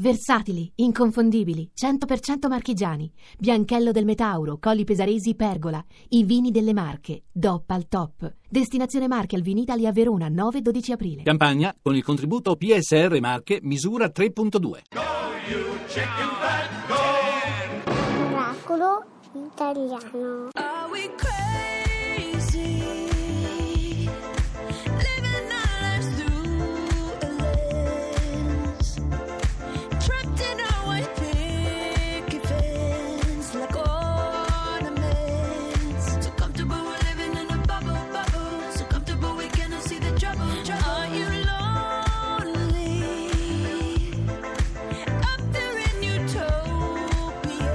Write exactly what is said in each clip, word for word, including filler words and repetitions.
Versatili, inconfondibili, cento per cento marchigiani. Bianchello del Metauro, Colli Pesaresi, Pergola. I vini delle Marche, D O P al top. Destinazione Marche al Vinitaly a Verona, nove dodici aprile. Campagna con il contributo P S R Marche misura tre punto due. Oracolo italiano. Are we crazy? Living our lives through a lens. Trapped in our white picket fence like ornaments. So comfortable we're living in a bubble, bubble. So comfortable we cannot see the trouble, trouble. Are you lonely? Up there in utopia,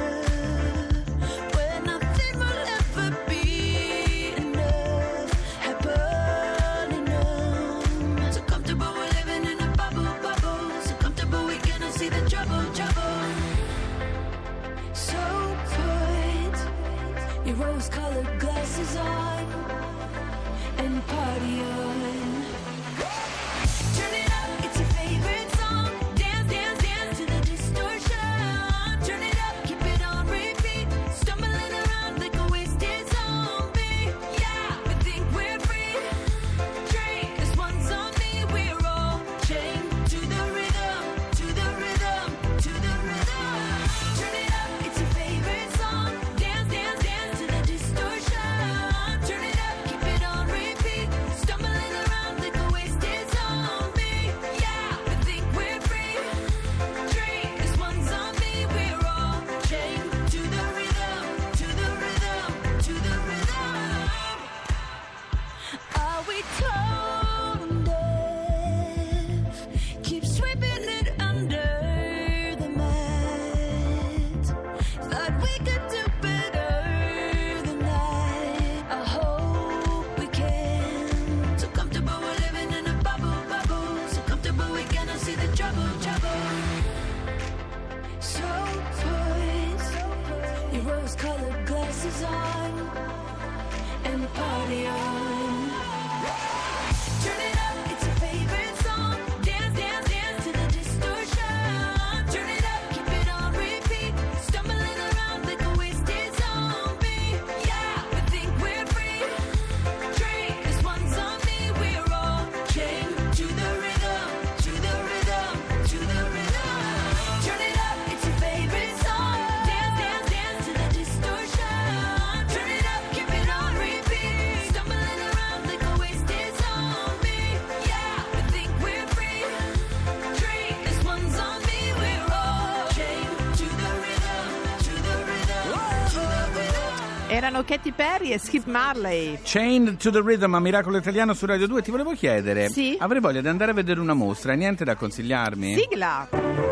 where nothing will ever be enough, happily numb. So comfortable we're living in a bubble, bubble. So comfortable we cannot see the trouble, trouble. So put your rose-colored glasses on and party on. Turn it up, it's your favorite song. Dance, dance, dance to the distortion. Turn it up, keep it on repeat. Stumbling around like a wasted zombie. Yeah, we think we're free. Drink, this one's on me. We're all chained to the rhythm, to the rhythm, to the rhythm. Turn it up, it's your favorite song. Dance, dance, dance to the distortion. Turn it up, keep it on repeat. Stumbling around like a wasted zombie. Yeah, we think we're free. Drink, this one's on me. We're all chained to the rhythm, to the rhythm, to the rhythm. Are we tone deaf? Keep sweeping it under the mat. Thought we could do better than that. I hope we can. So comfortable we're living in a bubble, bubble. So comfortable we cannot see the trouble, trouble. So put your rose-colored glasses on and party on. Turn it up, it's your favorite song. Dance, dance, dance to the distortion. Turn it up, keep it on repeat. Stumbling around like a wasted zombie. Yeah, we think we're free. Drink, this one's on me. We're all chained to the rhythm, to the rhythm, to the rhythm. Turn it up, it's your favorite song. Dance, dance, dance to the distortion. Turn it up, keep it on repeat. Stumbling around like a wasted zombie. Yeah, we think we're free. Drink, this one's on me. We're all chained to the rhythm, to the rhythm, to the rhythm. Erano Katy Perry e Skip Marley. Chained to the Rhythm a Miracolo Italiano su Radio due. Ti volevo chiedere, Sì? avrei voglia di andare a vedere una mostra, hai niente da consigliarmi? Sigla.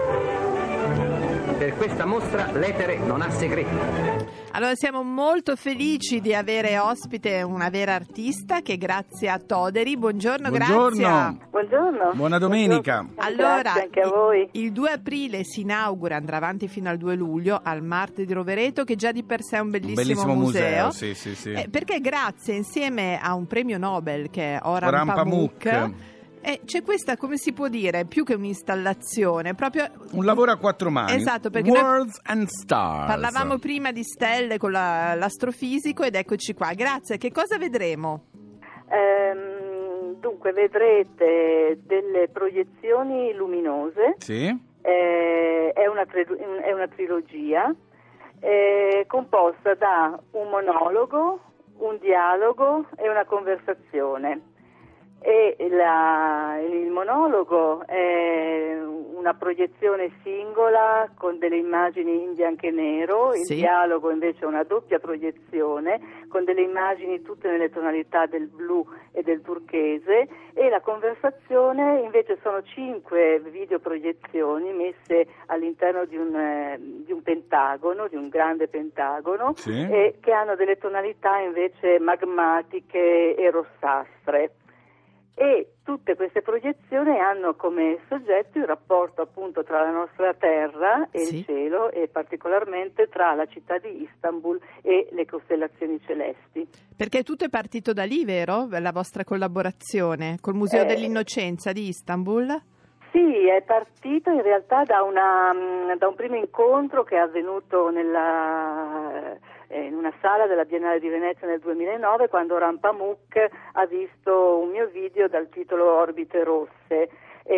Per questa mostra l'etere non ha segreti. Allora siamo molto felici di avere ospite una vera artista che grazie a Toderi. Buongiorno, Buongiorno. Grazia. Buongiorno. Buona domenica. Allora, Grazie anche a voi. il, il due aprile si inaugura, andrà avanti fino al due luglio, al Marte di Rovereto, che già di per sé è un bellissimo, Un bellissimo museo, museo. sì, sì, sì. Eh, perché grazie, insieme a un premio Nobel che è Orhan Orhan Pamuk, Pamuk. eh, c'è questa, come si può dire, più che un'installazione, proprio Un lavoro a quattro mani. Esatto, perché noi Worlds and Stars. parlavamo prima di stelle con la- l'astrofisico ed eccoci qua. Grazie, che cosa vedremo? Ehm, dunque vedrete delle proiezioni luminose, Sì? eh, è, una tri- è una trilogia eh, composta da un monologo, un dialogo e una conversazione. E la- il monologo è una proiezione singola con delle immagini in bianco e nero, il Sì. dialogo invece è una doppia proiezione con delle immagini tutte nelle tonalità del blu e del turchese, e la conversazione invece sono cinque videoproiezioni messe all'interno di un, eh, di un pentagono, di un grande pentagono, Sì. e che hanno delle tonalità invece magmatiche e rossastre. E tutte queste proiezioni hanno come soggetto il rapporto appunto tra la nostra terra e Sì. il cielo, e particolarmente tra la città di Istanbul e le costellazioni celesti. Perché tutto è partito da lì, vero? La vostra collaborazione col Museo Eh, dell'Innocenza di Istanbul? Sì, è partito in realtà da, una, da un primo incontro che è avvenuto nella, eh, in una sala della Biennale di Venezia nel duemilanove, quando Orhan Pamuk ha visto un mio video dal titolo Orbite rosse.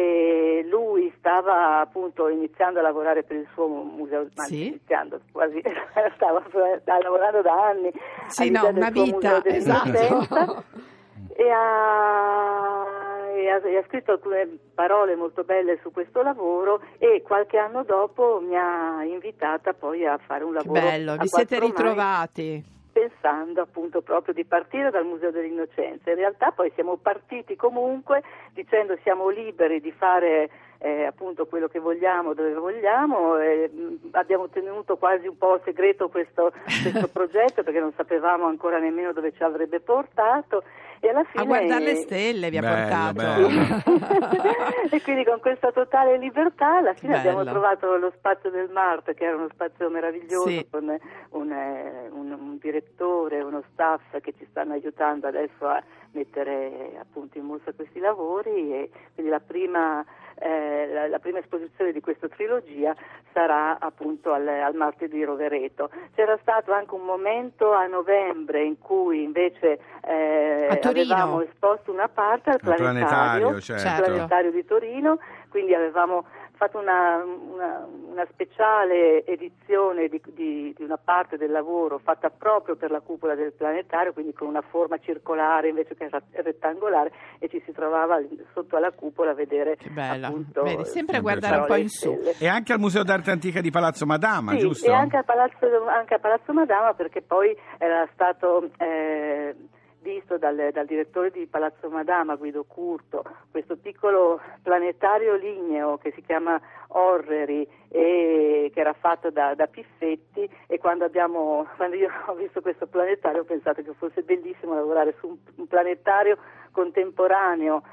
E lui stava appunto iniziando a lavorare per il suo museo, ma Sì. iniziando quasi, stava, stava lavorando da anni Sì, all'idea no, del una suo vita, museo dell'innocenza. esatto. E ha, e, ha, e ha scritto alcune parole molto belle su questo lavoro e qualche anno dopo mi ha invitata poi a fare un Che lavoro bello, a vi siete quattro mani, ritrovati. pensando appunto proprio di partire dal Museo dell'Innocenza. In realtà poi siamo partiti comunque dicendo siamo liberi di fare eh, appunto quello che vogliamo, dove vogliamo, e, mh, abbiamo tenuto quasi un po' segreto questo, questo progetto perché non sapevamo ancora nemmeno dove ci avrebbe portato. E alla fine... A guardare le stelle vi ha Bello, portato. bello. E quindi con questa totale libertà alla fine Bello. abbiamo trovato lo spazio del Mart, che era uno spazio meraviglioso, Sì. con un, eh, un, un direttore, uno staff che ci stanno aiutando adesso a mettere appunto in mostra questi lavori, e quindi la prima eh, la, la prima esposizione di questa trilogia sarà appunto al, al Mart di Rovereto. C'era stato anche un momento a novembre in cui invece eh, A Torino. avevamo esposto una parte al Al planetario, planetario, certo. al planetario di Torino, quindi avevamo fatto una, una, una speciale edizione di, di, di una parte del lavoro fatta proprio per la cupola del planetario, quindi con una forma circolare invece che rettangolare, e ci si trovava sotto alla cupola a vedere Che bella. appunto Vedi, sempre a sempre guardare un po' in su. stelle. E anche al Museo d'Arte Antica di Palazzo Madama, Sì, giusto? e anche a Palazzo, anche a Palazzo Madama, perché poi era stato eh, visto dal, dal direttore di Palazzo Madama, Guido Curto, questo piccolo planetario ligneo che si chiama Orreri, e che era fatto da, da Piffetti, e quando abbiamo quando io ho visto questo planetario ho pensato che fosse bellissimo lavorare su un, un planetario contemporaneo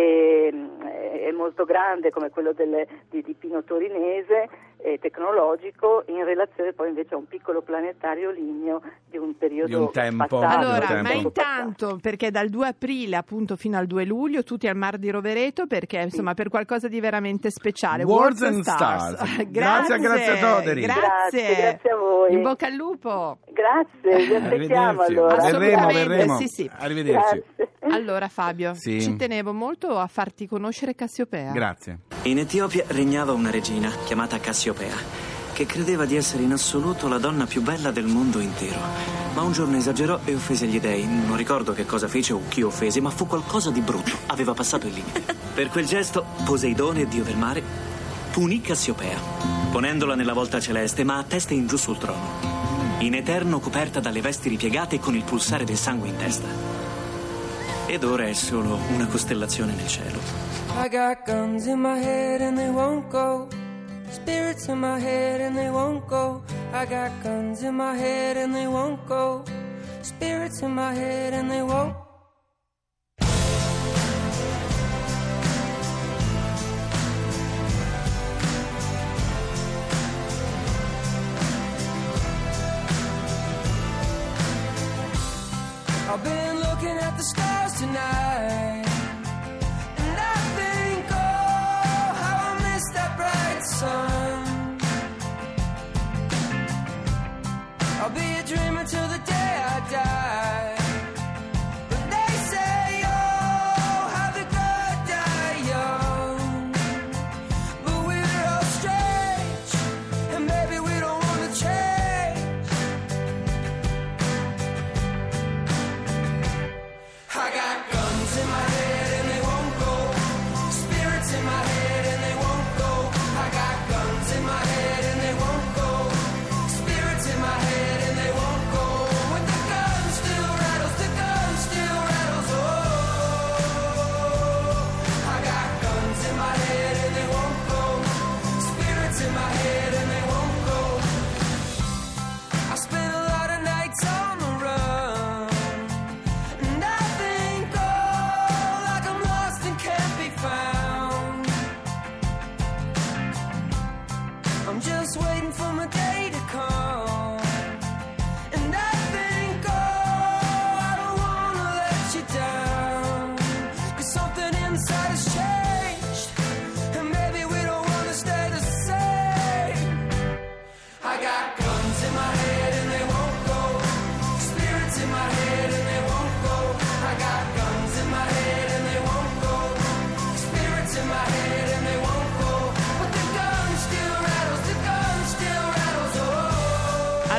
e, e molto grande come quello delle, di, di Pino Torinese, e tecnologico, in relazione poi invece a un piccolo planetario ligneo di un periodo Di un tempo. passato. Allora, tempo. ma Tempo intanto, perché dal due aprile appunto fino al due luglio tutti al Mar di Rovereto, perché insomma per qualcosa di veramente speciale. Words Words and Stars. Stars. Grazie, Grazie, Toderi. Grazie. Grazie, grazie a voi. In bocca al lupo. Grazie, vi aspettiamo Arrivederci. allora. Verremo, Assolutamente, verremo. sì, sì. Arrivederci. Grazie. Allora Fabio, Sì. ci tenevo molto a farti conoscere Cassiopea. Grazie. In Etiopia regnava una regina chiamata Cassiopea, che credeva di essere in assoluto la donna più bella del mondo intero. Ma un giorno esagerò e offese gli dei. Non ricordo che cosa fece o chi offese, ma fu qualcosa di brutto. Aveva passato il limite. Per quel gesto, Poseidone, dio del mare, punì Cassiopea, ponendola nella volta celeste, ma a testa in giù sul trono, in eterno coperta dalle vesti ripiegate e con il pulsare del sangue in testa. Ed ora è solo una costellazione nel cielo. I got guns in my head and they won't go. Spirits in my head and they won't go. I got guns in my head and they won't go. Spirits in my head and they won't. I've been looking at the stars tonight, and I think, oh, how I miss that bright sun. I'll be a dreamer till the day I die. But they say, oh, how the good die young. But we're all strange, and maybe we don't want to change. I got guns in my head and they won't go. Spirits in my head and they won't go. I got guns in my head and they won't go. Spirits in my head and they won't go. When the gun still rattles, the gun still rattles. Oh, I got guns in my head and they won't go. Spirits in my head and they won't go. I spent a lot of nights on the run, and I think, oh, like I'm lost and can't be found. I'm just waiting for my day to come, and I think, oh, I don't wanna let you down, 'cause something inside has changed, and maybe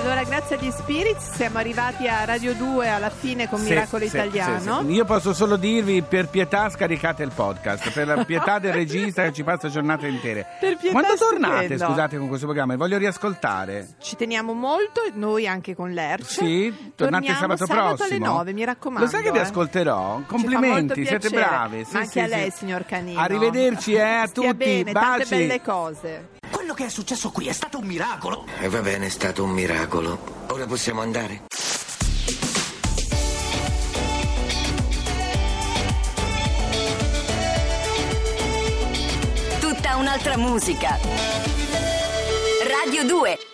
Allora, grazie agli Spirits siamo arrivati a Radio due alla fine con Sì, Miracolo sì, Italiano. sì, sì. Io posso solo dirvi, per pietà scaricate il podcast, per la pietà del regista che ci passa giornate intere. Per pietà Quando stupendo. tornate, scusate, con questo programma? Voglio riascoltare. Ci teniamo molto, noi anche con l'Erce. Sì, tornate Torniamo sabato, sabato prossimo. alle nove, mi raccomando. Lo sai che vi eh. ascolterò? Ci Complimenti, fa molto siete piacere. bravi. Sì, Ma anche sì, a lei, sì. signor Canino. Arrivederci, eh, a Stia tutti. bene, tante Baci. belle cose. Quello che è successo qui è stato un miracolo. E va bene, è stato un miracolo. Ora possiamo andare? Tutta un'altra musica. Radio due.